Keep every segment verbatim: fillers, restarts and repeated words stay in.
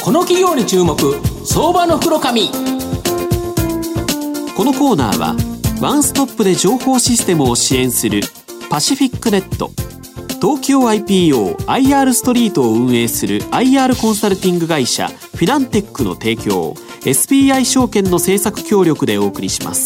この企業に注目、相場の袋紙。 このコーナーはワンストップで情報システムを支援するパシフィックネット、東京 アイピーオー アイアール ストリートを運営する アイアール コンサルティング会社フィナンテックの提供、 エスビーアイ 証券の政策協力でお送りします。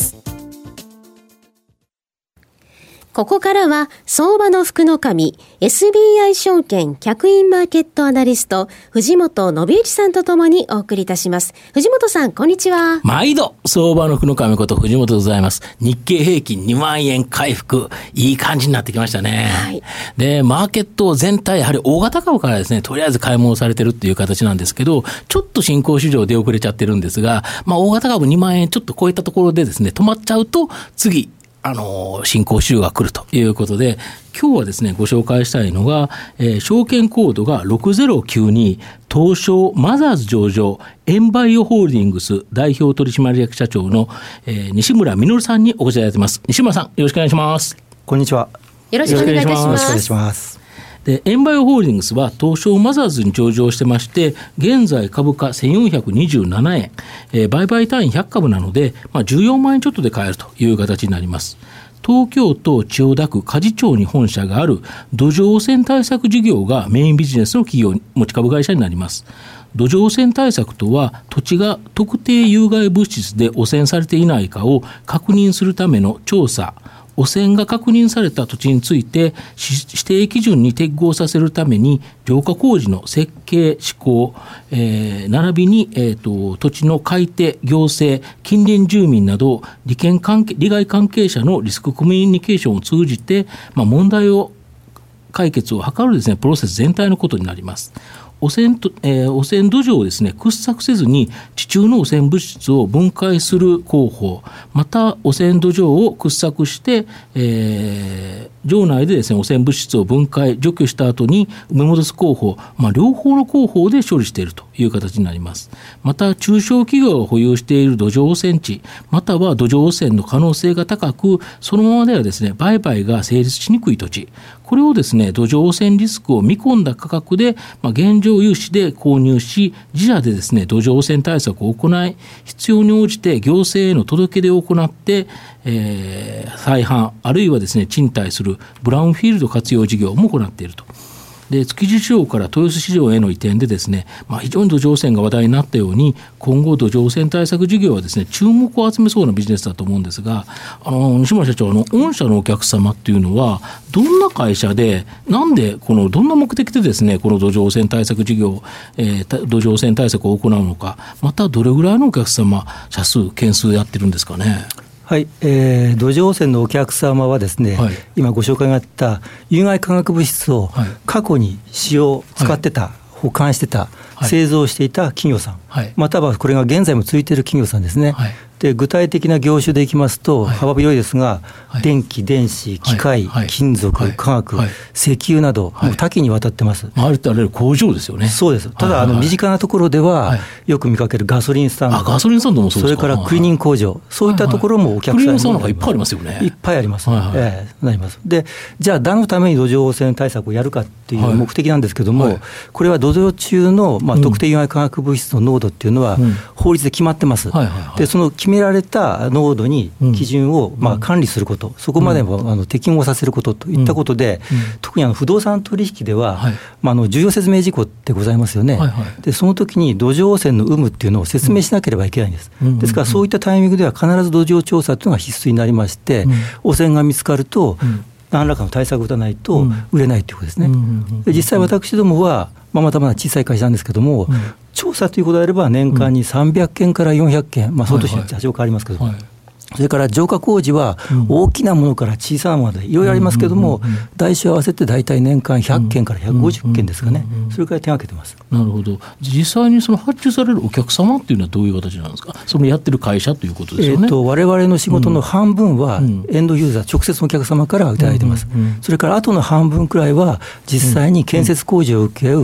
ここからは相場の福の神 エスビーアイ 証券客員マーケットアナリスト藤本信之さんとともにお送りいたします。藤本さん、こんにちは。 毎度相場の福の神こと藤本でございます。日経平均にまんえん回復、いい感じになってきましたね、はい、でマーケット全体やはり大型株からですね、とりあえず買い戻されてるっていう形なんですけど、ちょっと新興市場出遅れちゃってるんですが、まあ、大型株にまんえんちょっと超えたところでですね止まっちゃうと、次あの新興市場が来るということで、今日はですねご紹介したいのが、えー、証券コードがろくぜろきゅうに、東証マザーズ上場エンバイオホールディングス代表取締役社長の、えー、西村実さんにお越しいただいています。西村さん、よろしくお願いします。 こんにちは。 よろしくお願いいたします。 よろしくお願いします。 でエンバイオホールディングスは東証マザーズに上場してまして、現在株価せんよんひゃくにじゅうななえん、えー、売買単位ひゃくかぶなので、まあ、じゅうよんまんえんちょっとで買えるという形になります。東京都千代田区鍛冶町に本社がある土壌汚染対策事業がメインビジネスの企業持ち株会社になります。土壌汚染対策とは、土地が特定有害物質で汚染されていないかを確認するための調査、汚染が確認された土地について指定基準に適合させるために浄化工事の設計施工、えー、並びに、えーと、土地の買い手、行政、近隣住民など利権関係利害関係者のリスクコミュニケーションを通じて、まあ、問題を解決を図るですねプロセス全体のことになります。汚染と、えー、汚染土壌をですね掘削せずに地中の汚染物質を分解する工法、また汚染土壌を掘削して、えー、場内でですね汚染物質を分解除去した後に埋め戻す工法、まあ、両方の工法で処理しているという形になります。また中小企業が保有している土壌汚染地、または土壌汚染の可能性が高く、そのままではですね売買が成立しにくい土地、これをですね土壌汚染リスクを見込んだ価格で、まあ、現状融資で購入し、自社でですね土壌汚染対策を行い、必要に応じて行政への届け出を行って、えー、再販あるいはですね賃貸するブラウンフィールド活用事業も行っていると。で築地市場から豊洲市場への移転でですね、まあ、非常に土壌汚染が話題になったように、今後土壌汚染対策事業はですね注目を集めそうなビジネスだと思うんですが、あの西村社長、あの御社のお客様っていうのはどんな会社で、なんでこのどんな目的でですねこの土壌汚染対策事業、えー、土壌汚染対策を行うのか、またどれぐらいのお客様社数件数やってるんですかね。 はい、えー、土壌汚染のお客様はですね、はい、今ご紹介があった有害化学物質を過去に使用、使ってた、はい、保管してた、はい、製造していた企業さん、はい、またはこれが現在も続いている企業さんですね、はい、で具体的な業種でいきますと、はい、幅広いですが、はい、電気、電子、機械、はい、金属、はい、化学、はい、石油など、はい、もう多岐にわたってます。 あれってあれ工場ですよね。 そうです。ただ、はい、あの身近なところでは、はい、よく見かけるガソリンスタンド、 あガソリンスタンドもそうですか。 それからクリーニング工場、はい、そういったところもお客さんに、 クリーニングスタンドがいっぱいありますよね。 いっぱいあります、はいはい、えー、なります。でじゃあ何のために土壌汚染対策をやるかっていう目的なんですけども、はいはい、これは土壌中の、まあ、特定有害化学物質の濃度っていうのは、うん、法律で決まってます、はいはいはい、でその決められた濃度に基準を、まあ、管理すること、うん、そこまでもあの適合させることといったことで、うん、特にあの不動産取引では、はい、まあ、あの重要説明事項ってございますよね、はいはい、でその時に土壌汚染の有無っていうのを説明しなければいけないんです、うん、ですからそういったタイミングでは必ず土壌調査というのが必須になりまして、うん、汚染が見つかると、うん、何らかの対策を打たないと売れないということですね、うん、で実際私どもは、まあ、まだまだ小さい会社なんですけども、うん、調査ということであれば年間にさんびゃっけんからよんひゃっけん、まあ、その年によって多少変わりますけども、はいはい、それから浄化工事は大きなものから小さなものまでいろいろありますけども、台数合わせて大体年間ひゃっけんからひゃくごじゅっけんですかね、それから手がけてます。 なるほど。実際にその発注されるお客様っていうのはどういう形なんですか。そのやってる会社ということですよね。 えー、と我々の仕事の半分はエンドユーザー、直接のお客様からいただいてます、うんうんうん、それからあとの半分くらいは実際に建設工事を請け負う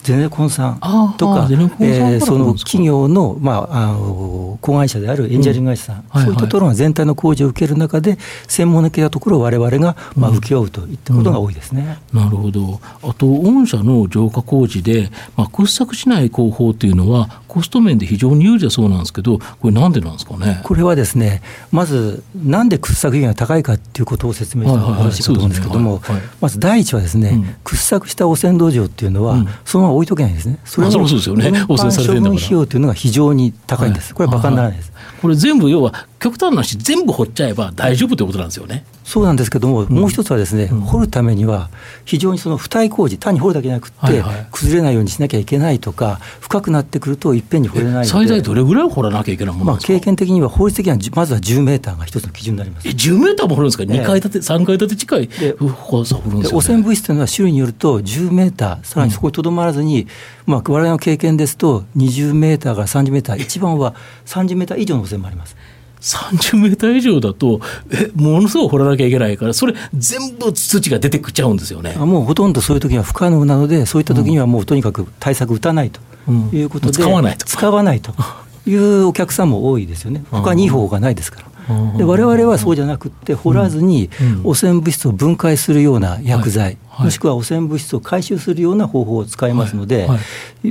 ゼネコンさんとか、えー、その企業の、まあ、あの子会社であるエンジニアリング会社さん、うんはいはい、そういったところが全体の工事を受ける中で専門的なところを我々が、まあ、請け負うといったことが多いですね、 うんうん、なるほど。あと御社の浄化工事で、まあ、掘削しない工法というのはコスト面で非常に有利だそうなんですけど、これなんでなんですかね。 これはですね、まずなんで掘削費が高いかということを説明した方がよろしいかと思うんですけども、まず第一はですね、うん、掘削した汚染土壌っていうのは、うん、そのまま置いとけないんですね。それの運搬処分費用というのが非常に高いんです。これは馬鹿にならないです。 これ全部要は極端な話全部掘っちゃえば大丈夫ということなんですよね。 そうなんですけども、うん、もう一つはですね、うん、掘るためには非常にその付帯工事、単に掘るだけじゃなくて、はいはい、崩れないようにしなきゃいけないとか、深くなってくるといっぺんに掘れないので、 最大どれぐらい掘らなきゃいけないものなんですか。 まあ、経験的には法律的にはまずはじゅうメーターが一つの基準になります。 えじゅうメーターも掘るんですか。にかい建てさんかい建て近い掘るんですよね。 汚染物質というのは種類によるとじゅうメーター、さらにそこにとどまらずに、うんまあ、我々の経験ですとにじゅうメーターからさんじゅうメーター、一番はさんじゅうメーター以上の汚染もあります。 さんじゅうメーター以上だとえものすごい掘らなきゃいけないから、それ全部土が出てきちゃうんですよね。 もうほとんどそういう時には不可能なので、そういった時にはもうとにかく対策打たないということで、うん、使わないと使わないというお客さんも多いですよね。他にいい方法がないですから。で我々はそうじゃなくって掘らずに汚染物質を分解するような薬剤、はいはい、もしくは汚染物質を回収するような方法を使いますので、はいはい、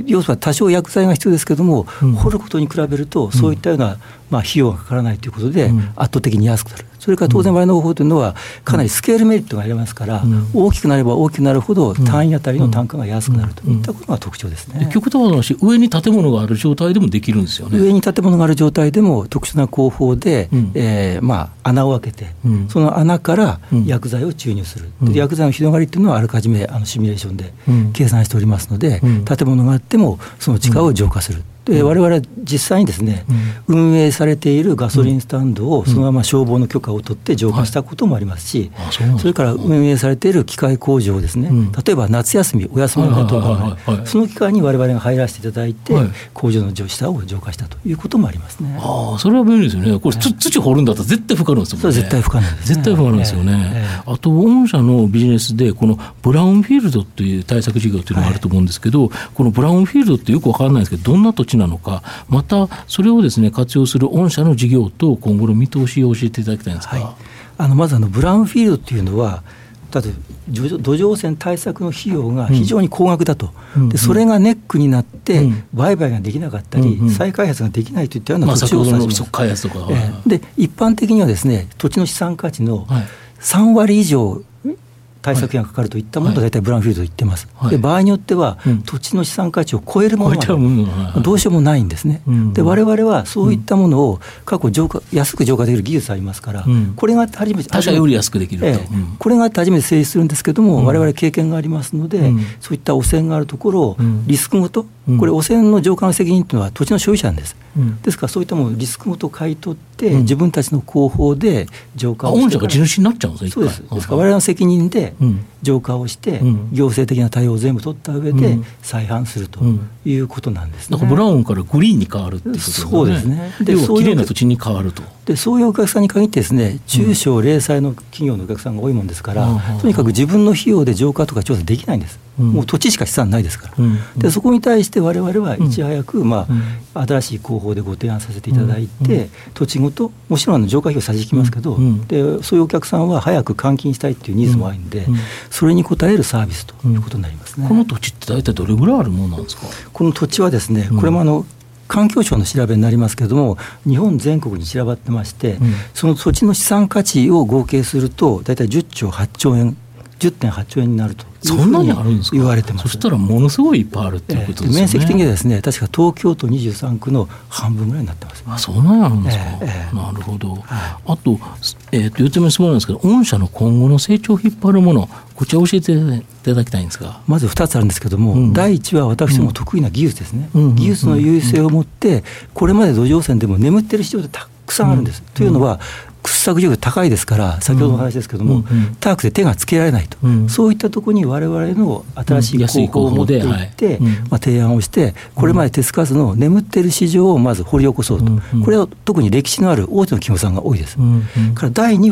要するに多少薬剤が必要ですけども、うん、掘ることに比べるとそういったような、まあ、費用がかからないということで圧倒的に安くなる。それから当然我々の方法というのはかなりスケールメリットがありますから、うん、大きくなれば大きくなるほど単位あたりの単価が安くなるといったことが特徴ですね。 極端な話、上に建物がある状態でもできるんですよね。 上に建物がある状態でも特殊な工法で、うんえーまあ、穴を開けて、うん、その穴から薬剤を注入する、うん、で薬剤の広がりというのはあらかじめあのシミュレーションで計算しておりますので、うん、建物があってもその地下を浄化する。で我々は実際にですね、うん、運営されているガソリンスタンドをそのまま消防の許可を取って浄化したこともありますし、はい、そ, それから運営されている機械工場をですね、うん、例えば夏休みお休みの方がその期間に我々が入らせていただいて、はい、工場の下を浄化したということもありますね。 あそれは便利ですよね。これ、はい、土掘るんだったら絶対不可能ですもんね。 それは絶対不可能ですね。 絶対不可能ですよね、えーえー、あと御社のビジネスでこのブラウンフィールドという対策事業というのがあると思うんですけど、はい、このブラウンフィールドってよく分からないんですけど、どんな土地なのか、またそれをですね活用する御社の事業と今後の見通しを教えていただきたいんですか。はい、 あのまずあのブラウンフィールドっていうのは、だって土壌汚染対策の費用が非常に高額だと、うん、でそれがネックになって売買ができなかったり、うん、再開発ができないといったような土地を指します。 まあ、開発とか、 えー、で一般的にはですね、土地の資産価値のさんわり以上対策費がかかるといったものが大体ブラウンフィールドと言ってます、はい、で場合によっては、うん、土地の資産価値を超えるものがどうしようもないんですね、うん、で我々はそういったものを過去浄化安く浄化できる技術ありますから、うん、これがあって初めて他社より安くできると、ええうん、これがあって初めて成立するんですけども、うん、我々経験がありますので、うん、そういった汚染があるところをリスクごと、うん、これ汚染の浄化の責任というのは土地の所有者なんです、うん、ですからそういったものをリスクごと買い取って、うん、自分たちの工法で浄化をして、 御社が地主になっちゃうんですか。 そうです。ですから我々の責任で浄化をして、うん、行政的な対応を全部取った上で再販するということなんですね。 だからブラウンからグリーンに変わるってことですね。 そうですね。 でそういうきれいな土地に変わると。 でそういうお客さんに限ってですね、中小零細の企業のお客さんが多いもんですから、うん、とにかく自分の費用で浄化とか調査できないんです、うん、もう土地しか資産ないですから、うん、でそこに対して我々はいち早く、まあうん、新しい工法でご提案させていただいて、うん、土地ごともちろん浄化費を差し引きますけど、うん、でそういうお客さんは早く換金したいというニーズもあるんで、うん、それに応えるサービスということになりますね。 この土地って大体どれぐらいあるものなんですか。 この土地はですね、これもあの、うん環境省の調べになりますけれども、日本全国に散らばってまして、うん、その土地の資産価値を合計すると大体じゅっちょうはっちょうえん じゅってんはちおうえんになるというふうに言われてます。 そしたらものすごいいっぱいあるっていうことですよね。 面積的にはですね、確か東京都にじゅうさんくの半分ぐらいになってます、ね、 あそうなんあるんですか、えー、なるほど、はい、あと、えー、とよっつめの質問なんですけど、御社の今後の成長を引っ張るもの、こちら教えていただきたいんですが。 まずふたつあるんですけども、うん、だいいちは私ども得意な技術ですね、うん、技術の優位性を持ってこれまで土壌汚染でも眠っている市場でたくさんあるんです、うん、というのは掘削需要が高いですから、先ほどの話ですけども、うんうん、高くて手がつけられないと、うん、そういったところに我々の新しい工法を持っていって、うんはいまあ、提案をして、これまで手つかずの眠っている市場をまず掘り起こそうと、うんうん、これは特に歴史のある大手の企業さんが多いです、うんうん、からだいには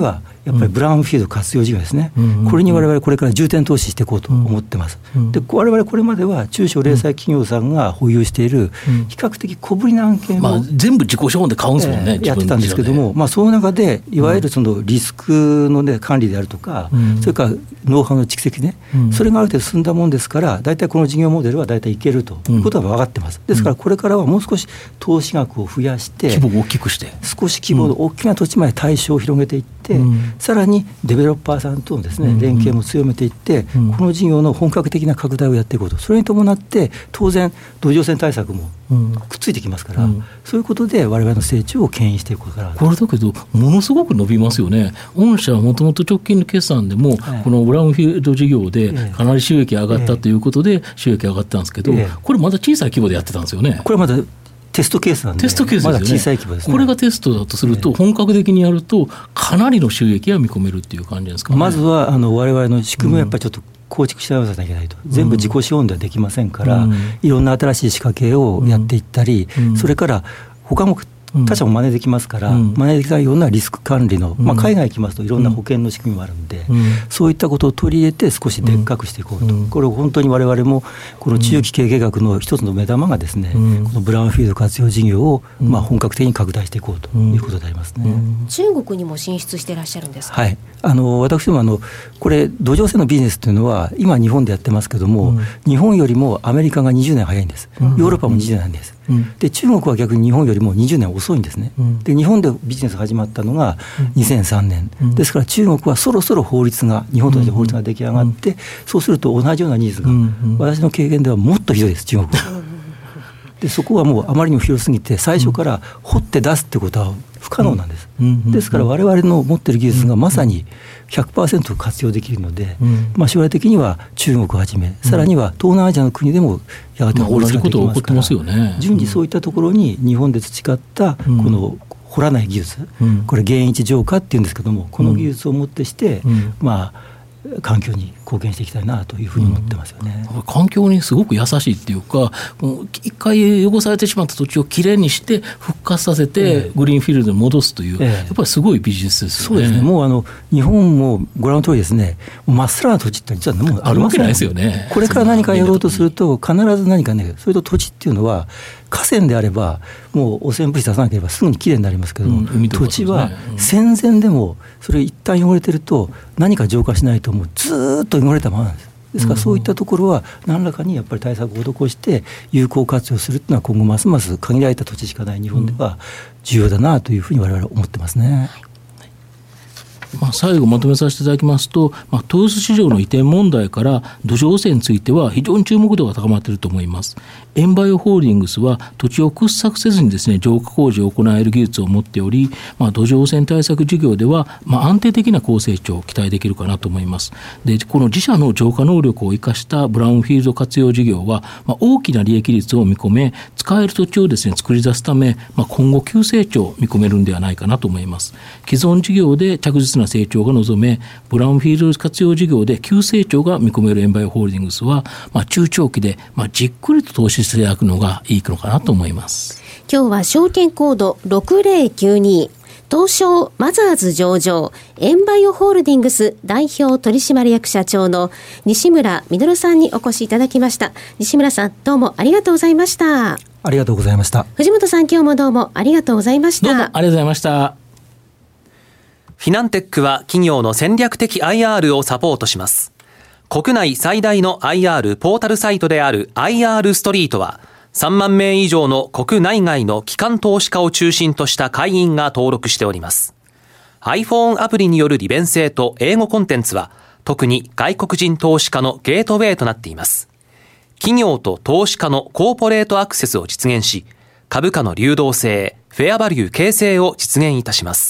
やっぱりブラウンフィールド活用事業ですね、うん、これに我々これから重点投資していこうと思ってます、うんうん、で我々これまでは中小零細企業さんが保有している比較的小ぶりな案件を、 まあ、全部自己資本で買うんですもんね、 えー、やってたんですけども、まあ、その中でいわゆるそのリスクの、ね、管理であるとか、うん、それからノウハウの蓄積ね、うん、それがある程度進んだもんですから大体この事業モデルは大体いけるということは分かってます、うん、ですからこれからはもう少し投資額を増やして規模を大きくして少し規模の大きな土地まで対象を広げていって、うん、さらにデベロッパーさんとのですね、連携も強めていって、うん、この事業の本格的な拡大をやっていこうと。それに伴って当然土壌汚染対策もくっついてきますから、うん、そういうことで我々の成長を牽引していくことから。 これだけどものすごく伸びますよね。御社はもともと直近の決算でも、はい、このブラウンフィールド事業でかなり収益上がったということで収益上がったんですけど、これまだ小さい規模でやってたんですよね。 これまだテストケースなんで、 テストケースですよね。 まだ小さい規模ですね。 これがテストだとすると、本格的にやるとかなりの収益が見込めるっていう感じですかね。 まずはあの我々の仕組みをやっぱりちょっと構築してなきゃいけないと、うん、全部自己資本ではできませんから、うん、いろんな新しい仕掛けをやっていったり、うん、それから他も他社も真似できますから、うん、真似できないようなリスク管理の、まあ、海外行きますといろんな保険の仕組みもあるんで、うん、そういったことを取り入れて少しでっかくしていこうと、うん、これを本当に我々もこの中期経営計画の一つの目玉がですね、うん、このブラウンフィールド活用事業を、まあ、本格的に拡大していこうということでありますね、うんうん、中国にも進出していらっしゃるんですか。 はい、あの私どもあのこれ土壌性のビジネスというのは今日本でやってますけども、うん、日本よりもアメリカがにじゅうねん早いんです、うん、ヨーロッパもにじゅうねん早いんです、うん、で中国は逆に日本よりもにじゅうねん遅いんですね、うん、で日本でビジネスが始まったのがにせんさんねん、うん、ですから中国はそろそろ法律が日本と同じ法律が出来上がって、うん、そうすると同じようなニーズが、うん、私の経験ではもっとひどいです中国はでそこはもうあまりにも広すぎて最初から掘って出すってことは不可能なんです、うん、ですから我々の持っている技術がまさに ひゃくパーセント 活用できるので、うんまあ、将来的には中国をはじめ、さらには東南アジアの国でもやがて法律ができますから、順次そういったところに日本で培ったこの掘らない技術、うん、これ原因一浄化っていうんですけども、この技術をもってして、うんまあ環境に貢献していきたいなというふうに思ってますよね、 うん、環境にすごく優しいっていうか、一回汚されてしまった土地をきれいにして復活させてグリーンフィールドに戻すという、ええ、やっぱりすごいビジネスですよね。 そうですね。もうあの日本もご覧の通りですね、まっさらな土地って実はもうありません。 あるわけないですよね。 これから何かやろうとすると必ず何かね、それと土地っていうのは河川であればもう汚染物質出さなければすぐにきれいになりますけども、うん、土地は戦前でもそれ一旦汚れてると何か浄化しないともうずっと汚れたままなんです。ですからそういったところは何らかにやっぱり対策を施して有効活用するというのは今後ますます限られた土地しかない日本では重要だなというふうに我々は思ってますね。 まあ、最後まとめさせていただきますと、まあ、豊洲市場の移転問題から土壌汚染については非常に注目度が高まっていると思います。エンバイオホールディングスは土地を掘削せずにですね、浄化工事を行える技術を持っており、まあ、土壌汚染対策事業では、まあ、安定的な高成長を期待できるかなと思います。で、この自社の浄化能力を生かしたブラウンフィールド活用事業は、まあ、大きな利益率を見込め、使える土地をですね、作り出すため、まあ、今後急成長を見込めるんではないかなと思います。既存事業で着実な成長が望め、ブラウンフィールド活用事業で急成長が見込めるエンバイオホールディングスは、まあ、中長期で、まあ、じっくりと投資していただくのがいいのかなと思います。 今日は証券コードろくぜろきゅうに東証マザーズ上場エンバイオホールディングス代表取締役社長の西村実さんにお越しいただきました。西村さん、どうもありがとうございました。 ありがとうございました。 藤本さん、今日もどうもありがとうございました。 どうもありがとうございました。 フィナンテックは企業の戦略的 アイアール をサポートします。国内最大の アイアール ポータルサイトである アイアール ストリートはさんまんめい以上の国内外の機関投資家を中心とした会員が登録しております。 iPhone アプリによる利便性と英語コンテンツは特に外国人投資家のゲートウェイとなっています。企業と投資家のコーポレートアクセスを実現し、株価の流動性、フェアバリュー形成を実現いたします。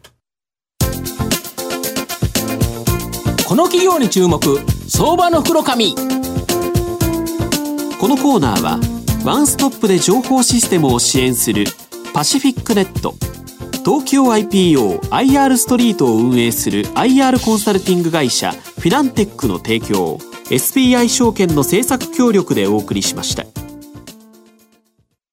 この企業に注目、相場の袋紙。 このコーナーはワンストップで情報システムを支援するパシフィックネット、東京 アイピーオー アイアール ストリートを運営する アイアール コンサルティング会社フィナンテックの提供、エスビーアイ 証券の政策協力でお送りしました。